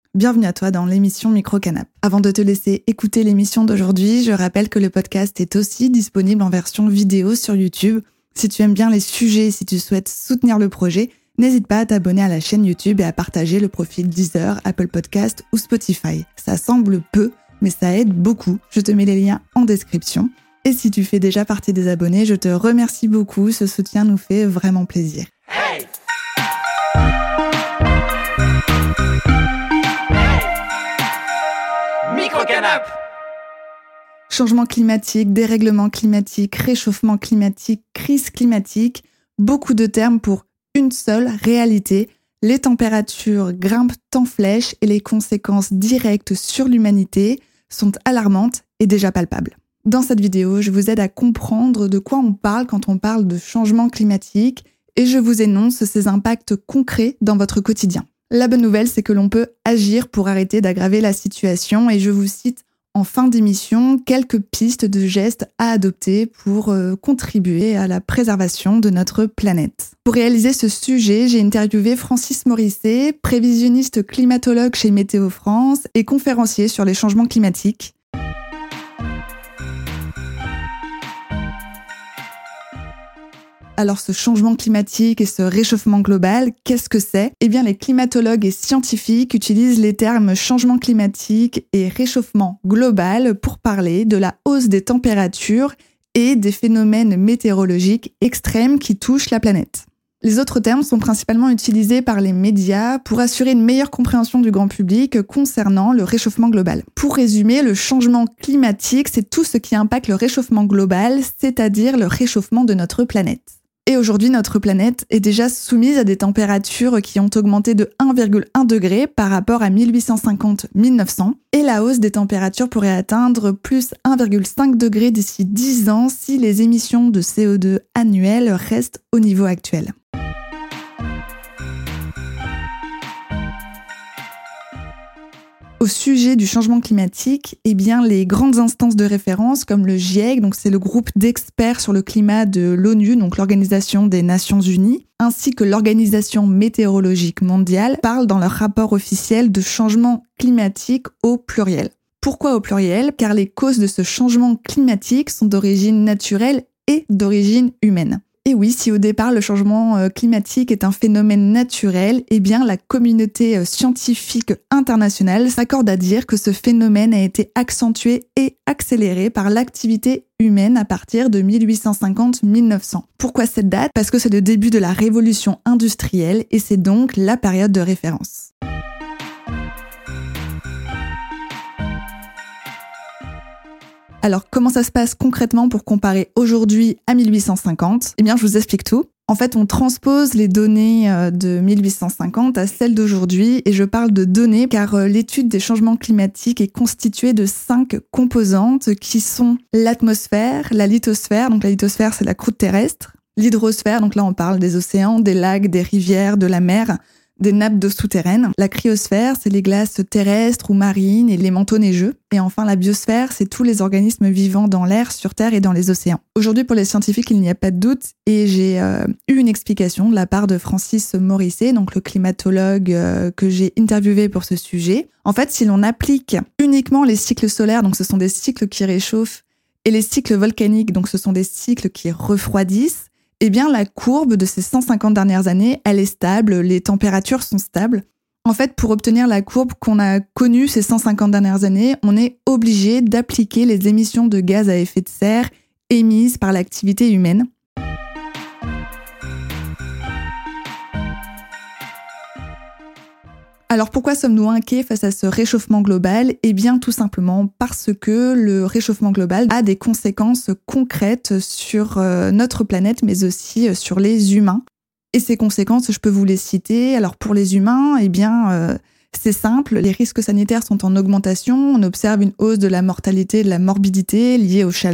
Bienvenue à toi dans l'émission Micro-Canap. Avant de te laisser écouter l'émission d'aujourd'hui, je rappelle que le podcast est aussi disponible en version vidéo sur YouTube. Si tu aimes bien les sujets et si tu souhaites soutenir le projet, n'hésite pas à t'abonner à la chaîne YouTube et à partager le profil Deezer, Apple Podcast ou Spotify. Ça semble peu, mais ça aide beaucoup. Je te mets les liens en description. Et si tu fais déjà partie des abonnés, je te remercie beaucoup. Ce soutien nous fait vraiment plaisir. Hey! Micro-Canap! Changement climatique, dérèglement climatique, réchauffement climatique, crise climatique, beaucoup de termes pour une seule réalité. Les températures grimpent en flèche et les conséquences directes sur l'humanité sont alarmantes et déjà palpables. Dans cette vidéo, je vous aide à comprendre de quoi on parle quand on parle de changement climatique et je vous énonce ses impacts concrets dans votre quotidien. La bonne nouvelle, c'est que l'on peut agir pour arrêter d'aggraver la situation et je vous cite en fin d'émission quelques pistes de gestes à adopter pour contribuer à la préservation de notre planète. Pour réaliser ce sujet, j'ai interviewé Francis Morisset, prévisionniste climatologue chez Météo France et conférencier sur les changements climatiques. Alors ce changement climatique et ce réchauffement global, qu'est-ce que c'est ? Eh bien les climatologues et scientifiques utilisent les termes changement climatique et réchauffement global pour parler de la hausse des températures et des phénomènes météorologiques extrêmes qui touchent la planète. Les autres termes sont principalement utilisés par les médias pour assurer une meilleure compréhension du grand public concernant le réchauffement global. Pour résumer, le changement climatique, c'est tout ce qui impacte le réchauffement global, c'est-à-dire le réchauffement de notre planète. Et aujourd'hui, notre planète est déjà soumise à des températures qui ont augmenté de 1,1 degré par rapport à 1850-1900. Et la hausse des températures pourrait atteindre plus 1,5 degré d'ici 10 ans si les émissions de CO2 annuelles restent au niveau actuel. Au sujet du changement climatique, eh bien, les grandes instances de référence comme le GIEC, donc c'est le groupe d'experts sur le climat de l'ONU, donc l'Organisation des Nations Unies, ainsi que l'Organisation météorologique mondiale, parlent dans leur rapport officiel de changement climatique au pluriel. Pourquoi au pluriel ? Car les causes de ce changement climatique sont d'origine naturelle et d'origine humaine. Et oui, si au départ le changement climatique est un phénomène naturel, eh bien la communauté scientifique internationale s'accorde à dire que ce phénomène a été accentué et accéléré par l'activité humaine à partir de 1850-1900. Pourquoi cette date ? Parce que c'est le début de la révolution industrielle et c'est donc la période de référence. Alors, comment ça se passe concrètement pour comparer aujourd'hui à 1850 ? Eh bien, je vous explique tout. En fait, on transpose les données de 1850 à celles d'aujourd'hui et je parle de données car l'étude des changements climatiques est constituée de 5 composantes qui sont l'atmosphère, la lithosphère, donc la lithosphère c'est la croûte terrestre, l'hydrosphère, donc là on parle des océans, des lacs, des rivières, de la mer, des nappes d'eau souterraines. La cryosphère, c'est les glaces terrestres ou marines et les manteaux neigeux. Et enfin, la biosphère, c'est tous les organismes vivants dans l'air, sur Terre et dans les océans. Aujourd'hui, pour les scientifiques, il n'y a pas de doute et j'ai eu une explication de la part de Francis Morisset, donc le climatologue que j'ai interviewé pour ce sujet. En fait, si l'on applique uniquement les cycles solaires, donc ce sont des cycles qui réchauffent, et les cycles volcaniques, donc ce sont des cycles qui refroidissent, eh bien, la courbe de ces 150 dernières années, elle est stable, les températures sont stables. En fait, pour obtenir la courbe qu'on a connue ces 150 dernières années, on est obligé d'appliquer les émissions de gaz à effet de serre émises par l'activité humaine. Alors pourquoi sommes-nous inquiets face à ce réchauffement global ? Eh bien tout simplement parce que le réchauffement global a des conséquences concrètes sur notre planète mais aussi sur les humains. Et ces conséquences, je peux vous les citer. Alors pour les humains, eh bien c'est simple, les risques sanitaires sont en augmentation. On observe une hausse de la mortalité et de la morbidité liée aux chaleurs.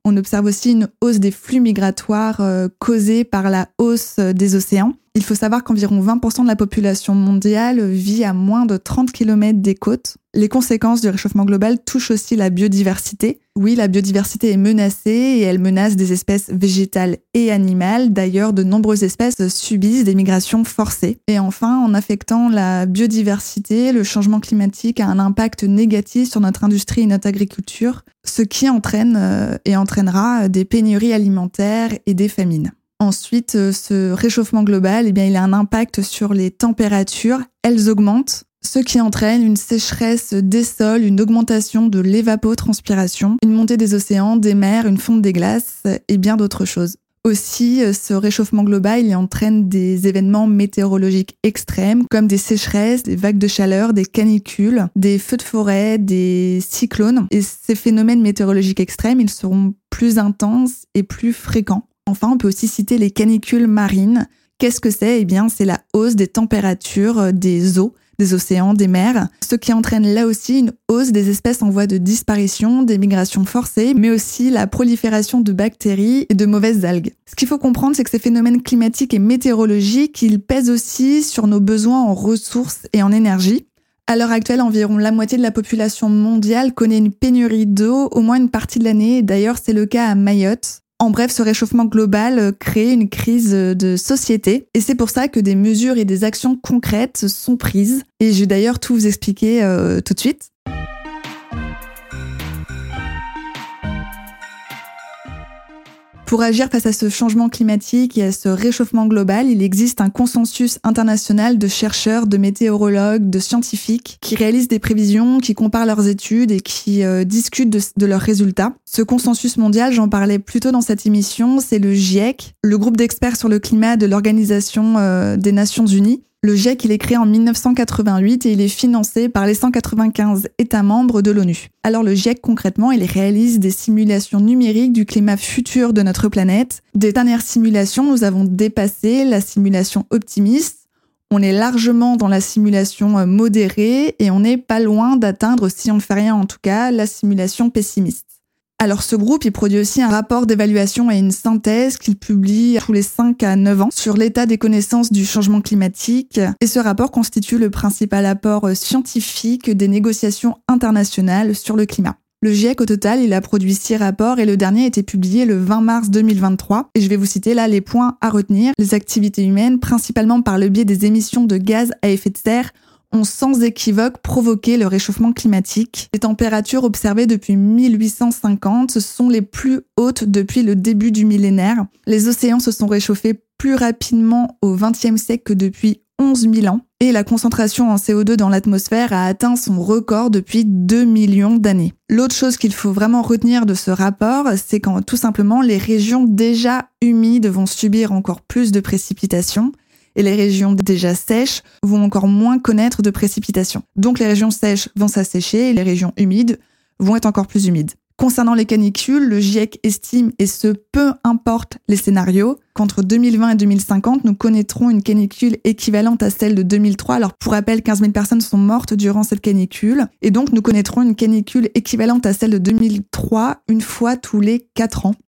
On observe aussi une hausse des flux migratoires causés par la hausse des océans. Il faut savoir qu'environ 20% de la population mondiale vit à moins de 30 km des côtes. Les conséquences du réchauffement global touchent aussi la biodiversité. Oui, la biodiversité est menacée et elle menace des espèces végétales et animales. D'ailleurs, de nombreuses espèces subissent des migrations forcées. Et enfin, en affectant la biodiversité, le changement climatique a un impact négatif sur notre industrie et notre agriculture, ce qui entraîne et entraînera des pénuries alimentaires et des famines. Ensuite, ce réchauffement global, il a un impact sur les températures. Elles augmentent, ce qui entraîne une sécheresse des sols, une augmentation de l'évapotranspiration, une montée des océans, des mers, une fonte des glaces et bien d'autres choses. Aussi, ce réchauffement global il entraîne des événements météorologiques extrêmes comme des sécheresses, des vagues de chaleur, des canicules, des feux de forêt, des cyclones. Et ces phénomènes météorologiques extrêmes, ils seront plus intenses et plus fréquents. Enfin, on peut aussi citer les canicules marines. Qu'est-ce que c'est ? C'est la hausse des températures des eaux, des océans, des mers, ce qui entraîne là aussi une hausse des espèces en voie de disparition, des migrations forcées, mais aussi la prolifération de bactéries et de mauvaises algues. Ce qu'il faut comprendre, c'est que ces phénomènes climatiques et météorologiques, ils pèsent aussi sur nos besoins en ressources et en énergie. À l'heure actuelle, environ la moitié de la population mondiale connaît une pénurie d'eau au moins une partie de l'année. D'ailleurs, c'est le cas à Mayotte. En bref, ce réchauffement global crée une crise de société et c'est pour ça que des mesures et des actions concrètes sont prises. Et je vais d'ailleurs tout vous expliquer tout de suite. Pour agir face à ce changement climatique et à ce réchauffement global, il existe un consensus international de chercheurs, de météorologues, de scientifiques qui réalisent des prévisions, qui comparent leurs études et qui discutent de leurs résultats. Ce consensus mondial, j'en parlais plus tôt dans cette émission, c'est le GIEC, le groupe d'experts sur le climat de l'Organisation des Nations Unies. Le GIEC, il est créé en 1988 et il est financé par les 195 États membres de l'ONU. Alors le GIEC, concrètement, il réalise des simulations numériques du climat futur de notre planète. Des dernières simulations, nous avons dépassé la simulation optimiste. On est largement dans la simulation modérée et on n'est pas loin d'atteindre, si on ne fait rien en tout cas, la simulation pessimiste. Alors ce groupe, il produit aussi un rapport d'évaluation et une synthèse qu'il publie tous les 5 à 9 ans sur l'état des connaissances du changement climatique. Et ce rapport constitue le principal apport scientifique des négociations internationales sur le climat. Le GIEC, au total, il a produit 6 rapports et le dernier a été publié le 20 mars 2023. Et je vais vous citer là les points à retenir. Les activités humaines, principalement par le biais des émissions de gaz à effet de serre, ont sans équivoque provoqué le réchauffement climatique. Les températures observées depuis 1850 sont les plus hautes depuis le début du millénaire. Les océans se sont réchauffés plus rapidement au XXe siècle que depuis 11 000 ans. Et la concentration en CO2 dans l'atmosphère a atteint son record depuis 2 millions d'années. L'autre chose qu'il faut vraiment retenir de ce rapport, c'est quand tout simplement les régions déjà humides vont subir encore plus de précipitations. Et les régions déjà sèches vont encore moins connaître de précipitations. Donc les régions sèches vont s'assécher et les régions humides vont être encore plus humides. Concernant les canicules, le GIEC estime, et ce peu importe les scénarios, qu'entre 2020 et 2050, nous connaîtrons une canicule équivalente à celle de 2003. Alors pour rappel, 15 000 personnes sont mortes durant cette canicule. Et donc nous connaîtrons une canicule équivalente à celle de 2003 une fois tous les 4 ans.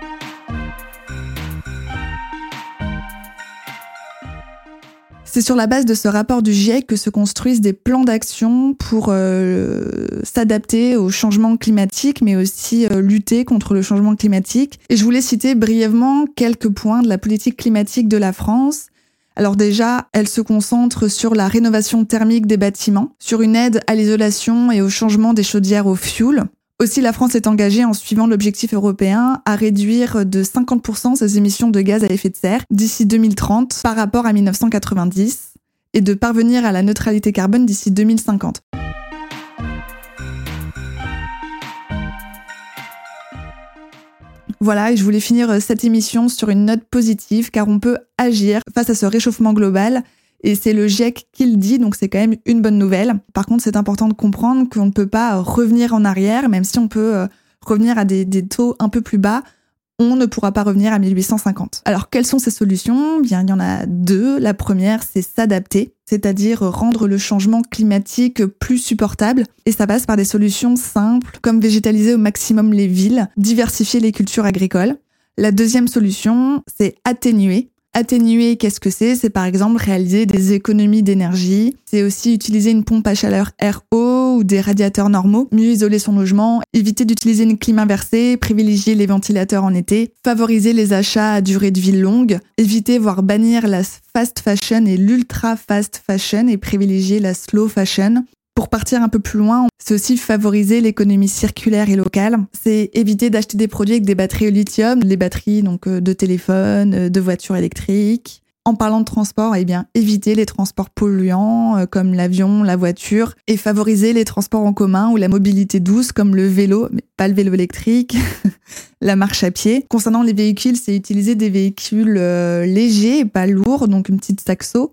C'est sur la base de ce rapport du GIEC que se construisent des plans d'action pour s'adapter au changement climatique, mais aussi lutter contre le changement climatique. Et je voulais citer brièvement quelques points de la politique climatique de la France. Alors déjà, elle se concentre sur la rénovation thermique des bâtiments, sur une aide à l'isolation et au changement des chaudières au fioul. Aussi, la France est engagée, en suivant l'objectif européen, à réduire de 50% ses émissions de gaz à effet de serre d'ici 2030 par rapport à 1990 et de parvenir à la neutralité carbone d'ici 2050. Voilà, et je voulais finir cette émission sur une note positive car on peut agir face à ce réchauffement global. Et c'est le GIEC qui le dit, donc c'est quand même une bonne nouvelle. Par contre, c'est important de comprendre qu'on ne peut pas revenir en arrière, même si on peut revenir à des taux un peu plus bas. on ne pourra pas revenir à 1850. Alors, quelles sont ces solutions ? Bien, il y en a deux. La première, c'est s'adapter, c'est-à-dire rendre le changement climatique plus supportable. Et ça passe par des solutions simples, comme végétaliser au maximum les villes, diversifier les cultures agricoles. La deuxième solution, c'est atténuer. Atténuer, qu'est-ce que c'est ? C'est par exemple réaliser des économies d'énergie. C'est aussi utiliser une pompe à chaleur RO ou des radiateurs normaux, mieux isoler son logement, éviter d'utiliser une clim inversée, privilégier les ventilateurs en été, favoriser les achats à durée de vie longue, éviter voire bannir la fast fashion et l'ultra fast fashion et privilégier la slow fashion. Pour partir un peu plus loin, c'est aussi favoriser l'économie circulaire et locale. C'est éviter d'acheter des produits avec des batteries au lithium, les batteries donc de téléphone, de voitures électriques. En parlant de transport, éviter les transports polluants comme l'avion, la voiture, et favoriser les transports en commun ou la mobilité douce comme le vélo, mais pas le vélo électrique, la marche à pied. Concernant les véhicules, c'est utiliser des véhicules légers et pas lourds, donc une petite saxo,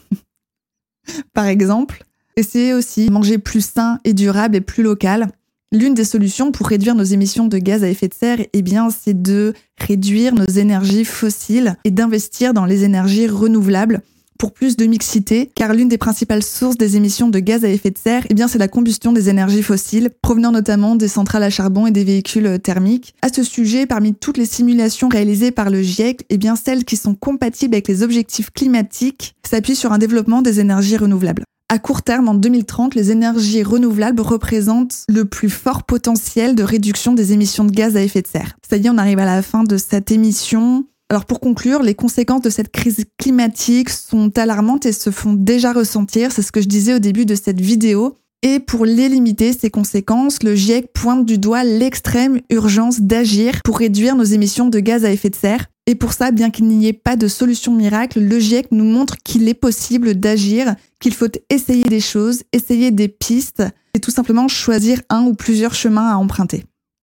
par exemple. Essayer aussi de manger plus sain et durable et plus local. L'une des solutions pour réduire nos émissions de gaz à effet de serre, c'est de réduire nos énergies fossiles et d'investir dans les énergies renouvelables pour plus de mixité, car l'une des principales sources des émissions de gaz à effet de serre, c'est la combustion des énergies fossiles, provenant notamment des centrales à charbon et des véhicules thermiques. À ce sujet, parmi toutes les simulations réalisées par le GIEC, celles qui sont compatibles avec les objectifs climatiques s'appuient sur un développement des énergies renouvelables. À court terme, en 2030, les énergies renouvelables représentent le plus fort potentiel de réduction des émissions de gaz à effet de serre. Ça y est, on arrive à la fin de cette émission. Alors pour conclure, les conséquences de cette crise climatique sont alarmantes et se font déjà ressentir, c'est ce que je disais au début de cette vidéo. Et pour les limiter, ces conséquences, le GIEC pointe du doigt l'extrême urgence d'agir pour réduire nos émissions de gaz à effet de serre. Et pour ça, bien qu'il n'y ait pas de solution miracle, le GIEC nous montre qu'il est possible d'agir, qu'il faut essayer des choses, essayer des pistes et tout simplement choisir un ou plusieurs chemins à emprunter.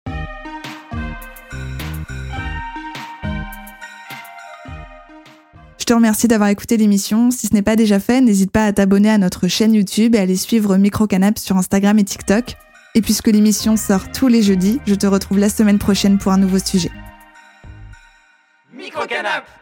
Je te remercie d'avoir écouté l'émission. Si ce n'est pas déjà fait, n'hésite pas à t'abonner à notre chaîne YouTube et à aller suivre Microcanap sur Instagram et TikTok. Et puisque l'émission sort tous les jeudis, je te retrouve la semaine prochaine pour un nouveau sujet. Microcanap!